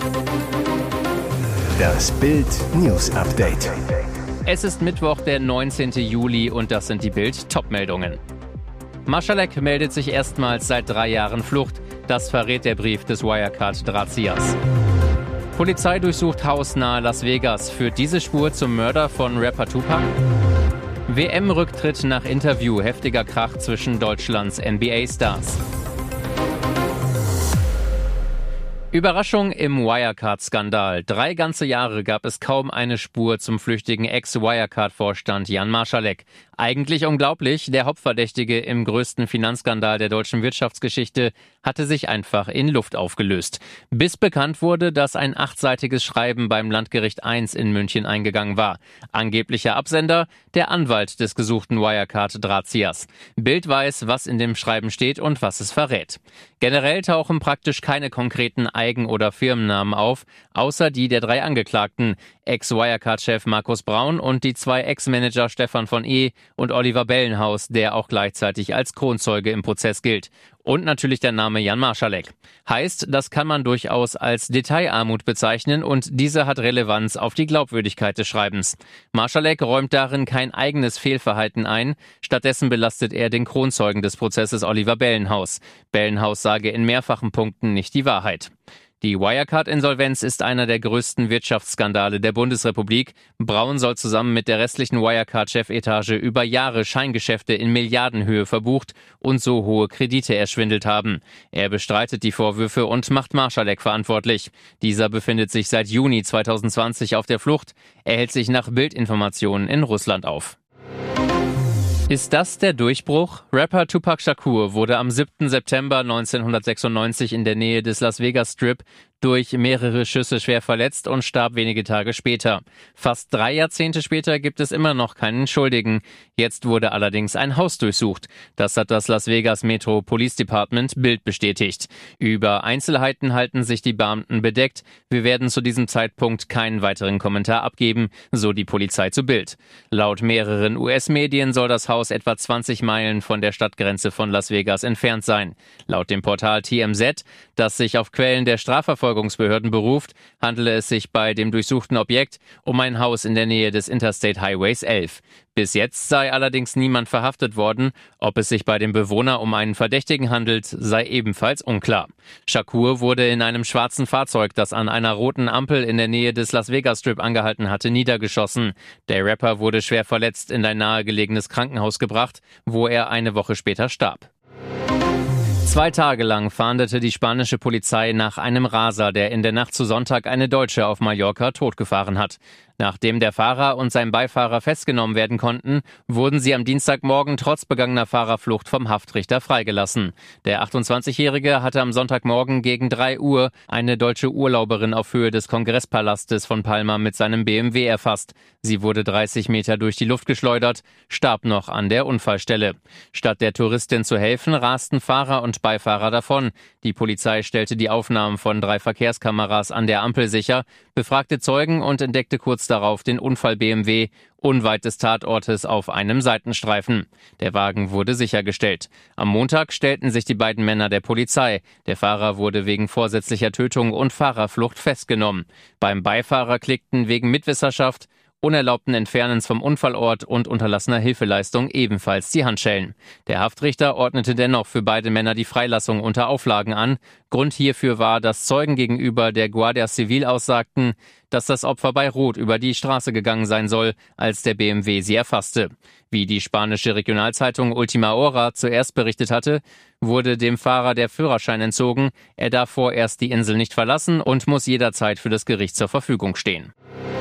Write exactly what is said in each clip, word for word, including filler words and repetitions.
Das Bild News Update. Es ist Mittwoch, der neunzehnten Juli und das sind die Bild-Top-Meldungen. Marszalek meldet sich erstmals seit drei Jahren Flucht. Das verrät der Brief des Wirecard-Drahtziehers. Polizei durchsucht Haus nahe Las Vegas. Führt diese Spur zum Mörder von Rapper Tupac? W M-Rücktritt nach Interview. Heftiger Krach zwischen Deutschlands N B A-Stars. Überraschung im Wirecard-Skandal. Drei ganze Jahre gab es kaum eine Spur zum flüchtigen Ex-Wirecard-Vorstand Jan Marszalek. Eigentlich unglaublich, der Hauptverdächtige im größten Finanzskandal der deutschen Wirtschaftsgeschichte hatte sich einfach in Luft aufgelöst. Bis bekannt wurde, dass ein achtseitiges Schreiben beim Landgericht eins in München eingegangen war. Angeblicher Absender, der Anwalt des gesuchten Wirecard-Drahtziehers. Bild weiß, was in dem Schreiben steht und was es verrät. Generell tauchen praktisch keine konkreten Eigen- oder Firmennamen auf, außer die der drei Angeklagten, Ex-Wirecard-Chef Markus Braun und die zwei Ex-Manager Stefan von E. und Oliver Bellenhaus, der auch gleichzeitig als Kronzeuge im Prozess gilt. Und natürlich der Name Jan Marszalek. Heißt, das kann man durchaus als Detailarmut bezeichnen und diese hat Relevanz auf die Glaubwürdigkeit des Schreibens. Marszalek räumt darin kein eigenes Fehlverhalten ein, stattdessen belastet er den Kronzeugen des Prozesses Oliver Bellenhaus. Bellenhaus sage in mehrfachen Punkten nicht die Wahrheit. Die Wirecard-Insolvenz ist einer der größten Wirtschaftsskandale der Bundesrepublik. Braun soll zusammen mit der restlichen Wirecard-Chefetage über Jahre Scheingeschäfte in Milliardenhöhe verbucht und so hohe Kredite erschwindelt haben. Er bestreitet die Vorwürfe und macht Marszalek verantwortlich. Dieser befindet sich seit Juni zweitausendzwanzig auf der Flucht. Er hält sich nach Bildinformationen in Russland auf. Ist das der Durchbruch? Rapper Tupac Shakur wurde am siebten September neunzehnhundertsechsundneunzig in der Nähe des Las Vegas Strip durch mehrere Schüsse schwer verletzt und starb wenige Tage später. Fast drei Jahrzehnte später gibt es immer noch keinen Schuldigen. Jetzt wurde allerdings ein Haus durchsucht. Das hat das Las Vegas Metro Police Department Bild bestätigt. Über Einzelheiten halten sich die Beamten bedeckt. Wir werden zu diesem Zeitpunkt keinen weiteren Kommentar abgeben, so die Polizei zu Bild. Laut mehreren U S-Medien soll das Haus etwa zwanzig Meilen von der Stadtgrenze von Las Vegas entfernt sein. Laut dem Portal T M Z, das sich auf Quellen der Strafverfolgungsbehörden beruft, handele es sich bei dem durchsuchten Objekt um ein Haus in der Nähe des Interstate Highways elf. Bis jetzt sei allerdings niemand verhaftet worden. Ob es sich bei dem Bewohner um einen Verdächtigen handelt, sei ebenfalls unklar. Shakur wurde in einem schwarzen Fahrzeug, das an einer roten Ampel in der Nähe des Las Vegas Strip angehalten hatte, niedergeschossen. Der Rapper wurde schwer verletzt in ein nahegelegenes Krankenhaus gebracht, wo er eine Woche später starb. Zwei Tage lang fahndete die spanische Polizei nach einem Raser, der in der Nacht zu Sonntag eine Deutsche auf Mallorca totgefahren hat. Nachdem der Fahrer und sein Beifahrer festgenommen werden konnten, wurden sie am Dienstagmorgen trotz begangener Fahrerflucht vom Haftrichter freigelassen. Der achtundzwanzigjährige hatte am Sonntagmorgen gegen drei Uhr eine deutsche Urlauberin auf Höhe des Kongresspalastes von Palma mit seinem B M W erfasst. Sie wurde dreißig Meter durch die Luft geschleudert, starb noch an der Unfallstelle. Statt der Touristin zu helfen, rasten Fahrer und Beifahrer davon. Die Polizei stellte die Aufnahmen von drei Verkehrskameras an der Ampel sicher, befragte Zeugen und entdeckte kurz darauf den Unfall-B M W unweit des Tatortes auf einem Seitenstreifen. Der Wagen wurde sichergestellt. Am Montag stellten sich die beiden Männer der Polizei. Der Fahrer wurde wegen vorsätzlicher Tötung und Fahrerflucht festgenommen. Beim Beifahrer klickten wegen Mitwisserschaft, unerlaubten Entfernens vom Unfallort und unterlassener Hilfeleistung ebenfalls die Handschellen. Der Haftrichter ordnete dennoch für beide Männer die Freilassung unter Auflagen an. Grund hierfür war, dass Zeugen gegenüber der Guardia Civil aussagten, dass das Opfer bei Rot über die Straße gegangen sein soll, als der B M W sie erfasste. Wie die spanische Regionalzeitung Ultima Hora zuerst berichtet hatte, wurde dem Fahrer der Führerschein entzogen. Er darf vorerst die Insel nicht verlassen und muss jederzeit für das Gericht zur Verfügung stehen.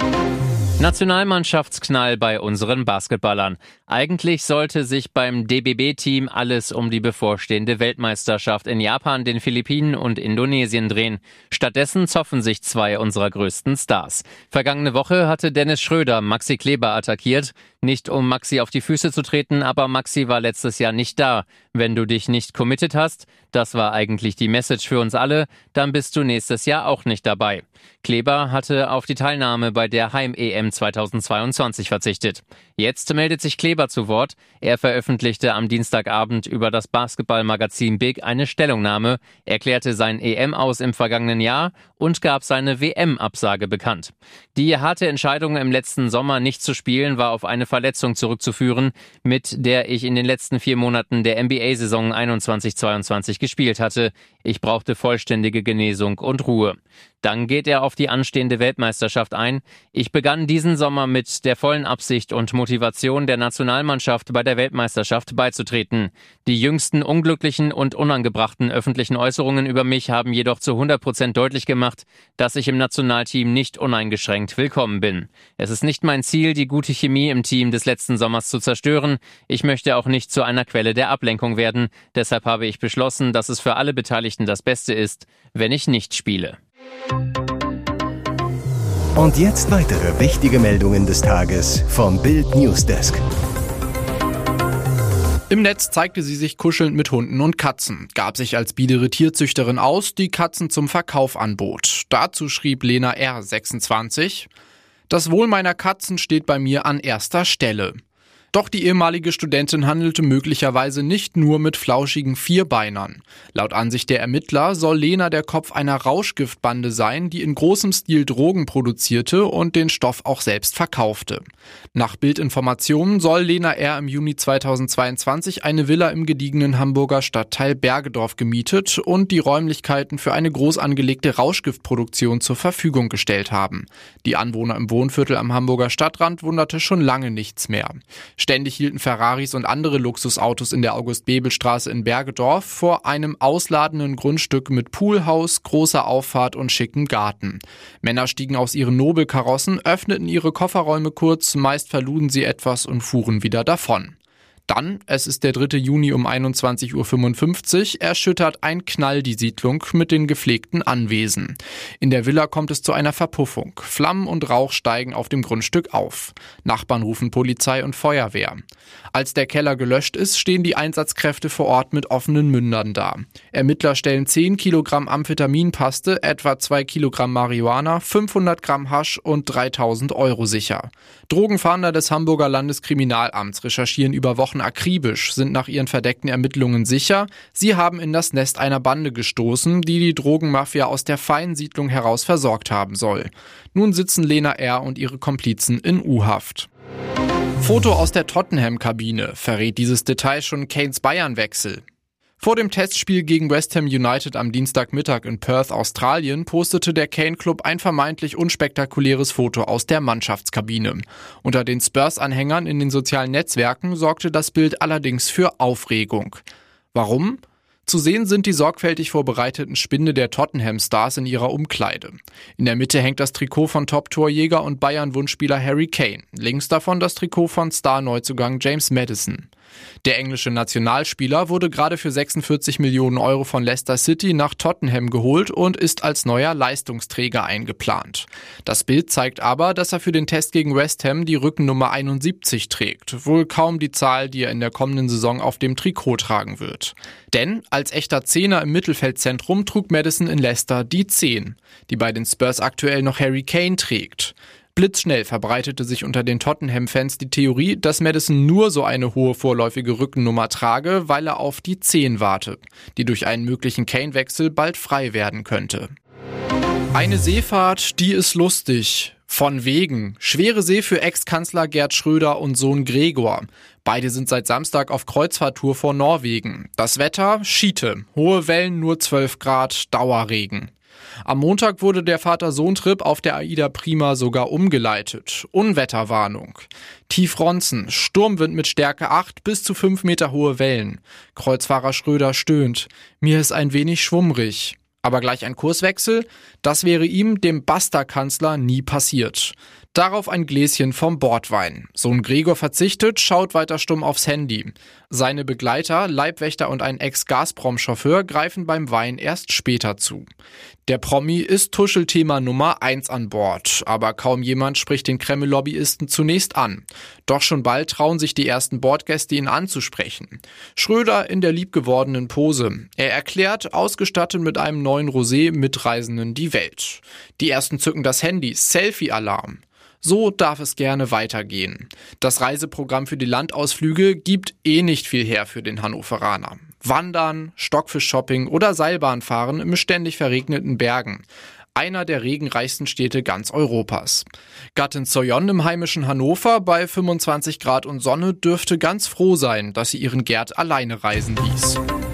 Nationalmannschaftsknall bei unseren Basketballern. Eigentlich sollte sich beim D B B-Team alles um die bevorstehende Weltmeisterschaft in Japan, den Philippinen und Indonesien drehen. Stattdessen zoffen sich zwei unserer größten Stars. Vergangene Woche hatte Dennis Schröder Maxi Kleber attackiert. Nicht um Maxi auf die Füße zu treten, aber Maxi war letztes Jahr nicht da. Wenn du dich nicht committed hast, das war eigentlich die Message für uns alle, dann bist du nächstes Jahr auch nicht dabei. Kleber hatte auf die Teilnahme bei der Heim-E M zweitausendzweiundzwanzig verzichtet. Jetzt meldet sich Kleber zu Wort. Er veröffentlichte am Dienstagabend über das Basketballmagazin Big eine Stellungnahme, erklärte sein E M aus im vergangenen Jahr und gab seine W M-Absage bekannt. Die harte Entscheidung, im letzten Sommer nicht zu spielen, war auf eine Verletzung zurückzuführen, mit der ich in den letzten vier Monaten der N B A-Saison einundzwanzig zweiundzwanzig gespielt hatte. Ich brauchte vollständige Genesung und Ruhe. Dann geht er auf die anstehende Weltmeisterschaft ein. Ich begann diesen Sommer mit der vollen Absicht und Motivation, der Nationalmannschaft bei der Weltmeisterschaft beizutreten. Die jüngsten unglücklichen und unangebrachten öffentlichen Äußerungen über mich haben jedoch zu hundert Prozent deutlich gemacht, dass ich im Nationalteam nicht uneingeschränkt willkommen bin. Es ist nicht mein Ziel, die gute Chemie im Team des letzten Sommers zu zerstören. Ich möchte auch nicht zu einer Quelle der Ablenkung werden. Deshalb habe ich beschlossen, dass es für alle Beteiligten das Beste ist, wenn ich nicht spiele. Und jetzt weitere wichtige Meldungen des Tages vom Bild Newsdesk. Im Netz zeigte sie sich kuschelnd mit Hunden und Katzen, gab sich als biedere Tierzüchterin aus, die Katzen zum Verkauf anbot. Dazu schrieb Lena R. sechsundzwanzig: Das Wohl meiner Katzen steht bei mir an erster Stelle. Doch die ehemalige Studentin handelte möglicherweise nicht nur mit flauschigen Vierbeinern. Laut Ansicht der Ermittler soll Lena der Kopf einer Rauschgiftbande sein, die in großem Stil Drogen produzierte und den Stoff auch selbst verkaufte. Nach Bildinformationen soll Lena R. im Juni zweitausendzweiundzwanzig eine Villa im gediegenen Hamburger Stadtteil Bergedorf gemietet und die Räumlichkeiten für eine groß angelegte Rauschgiftproduktion zur Verfügung gestellt haben. Die Anwohner im Wohnviertel am Hamburger Stadtrand wunderte schon lange nichts mehr. Ständig hielten Ferraris und andere Luxusautos in der August-Bebel-Straße in Bergedorf vor einem ausladenden Grundstück mit Poolhaus, großer Auffahrt und schickem Garten. Männer stiegen aus ihren Nobelkarossen, öffneten ihre Kofferräume kurz, meist verluden sie etwas und fuhren wieder davon. Dann, es ist der dritte Juni um einundzwanzig Uhr fünfundfünfzig, erschüttert ein Knall die Siedlung mit den gepflegten Anwesen. In der Villa kommt es zu einer Verpuffung. Flammen und Rauch steigen auf dem Grundstück auf. Nachbarn rufen Polizei und Feuerwehr. Als der Keller gelöscht ist, stehen die Einsatzkräfte vor Ort mit offenen Mündern da. Ermittler stellen zehn Kilogramm Amphetaminpaste, etwa zwei Kilogramm Marihuana, fünfhundert Gramm Hasch und dreitausend Euro sicher. Drogenfahnder des Hamburger Landeskriminalamts recherchieren über Wochen akribisch, sind nach ihren verdeckten Ermittlungen sicher, sie haben in das Nest einer Bande gestoßen, die die Drogenmafia aus der feinen Siedlung heraus versorgt haben soll. Nun sitzen Lena R. und ihre Komplizen in U-Haft. Foto aus der Tottenham-Kabine. Verrät dieses Detail schon Kanes Bayern-Wechsel? Vor dem Testspiel gegen West Ham United am Dienstagmittag in Perth, Australien, postete der Kane-Club ein vermeintlich unspektakuläres Foto aus der Mannschaftskabine. Unter den Spurs-Anhängern in den sozialen Netzwerken sorgte das Bild allerdings für Aufregung. Warum? Zu sehen sind die sorgfältig vorbereiteten Spinde der Tottenham-Stars in ihrer Umkleide. In der Mitte hängt das Trikot von Top-Torjäger und Bayern-Wunschspieler Harry Kane. Links davon das Trikot von Star-Neuzugang James Maddison. Der englische Nationalspieler wurde gerade für sechsundvierzig Millionen Euro von Leicester City nach Tottenham geholt und ist als neuer Leistungsträger eingeplant. Das Bild zeigt aber, dass er für den Test gegen West Ham die Rückennummer einundsiebzig trägt. Wohl kaum die Zahl, die er in der kommenden Saison auf dem Trikot tragen wird. Denn als echter Zehner im Mittelfeldzentrum trug Maddison in Leicester die zehn, die bei den Spurs aktuell noch Harry Kane trägt. Blitzschnell verbreitete sich unter den Tottenham-Fans die Theorie, dass Maddison nur so eine hohe vorläufige Rückennummer trage, weil er auf die zehn warte, die durch einen möglichen Kane-Wechsel bald frei werden könnte. Eine Seefahrt, die ist lustig. Von wegen. Schwere See für Ex-Kanzler Gerd Schröder und Sohn Gregor. Beide sind seit Samstag auf Kreuzfahrttour vor Norwegen. Das Wetter? Schiete. Hohe Wellen, nur zwölf Grad, Dauerregen. Am Montag wurde der Vater-Sohn-Trip auf der Aida Prima sogar umgeleitet. Unwetterwarnung. Tiefronzen, Sturmwind mit Stärke acht bis zu fünf Meter hohe Wellen. Kreuzfahrer Schröder stöhnt. Mir ist ein wenig schwummrig. Aber gleich ein Kurswechsel? Das wäre ihm, dem Basta-Kanzler, nie passiert. Darauf ein Gläschen vom Bordwein. Sohn Gregor verzichtet, schaut weiter stumm aufs Handy. Seine Begleiter, Leibwächter und ein Ex-Gazprom-Chauffeur greifen beim Wein erst später zu. Der Promi ist Tuschelthema Nummer eins an Bord, aber kaum jemand spricht den Kreml-Lobbyisten zunächst an. Doch schon bald trauen sich die ersten Bordgäste, ihn anzusprechen. Schröder in der liebgewordenen Pose. Er erklärt, ausgestattet mit einem neuen Rosé, Mitreisenden die Welt. Die ersten zücken das Handy, Selfie-Alarm. So darf es gerne weitergehen. Das Reiseprogramm für die Landausflüge gibt eh nicht viel her für den Hannoveraner. Wandern, Stockfisch-Shopping oder Seilbahnfahren im ständig verregneten Bergen. einer der regenreichsten Städte ganz Europas. Gattin Soyeon im heimischen Hannover bei fünfundzwanzig Grad und Sonne dürfte ganz froh sein, dass sie ihren Gerd alleine reisen ließ.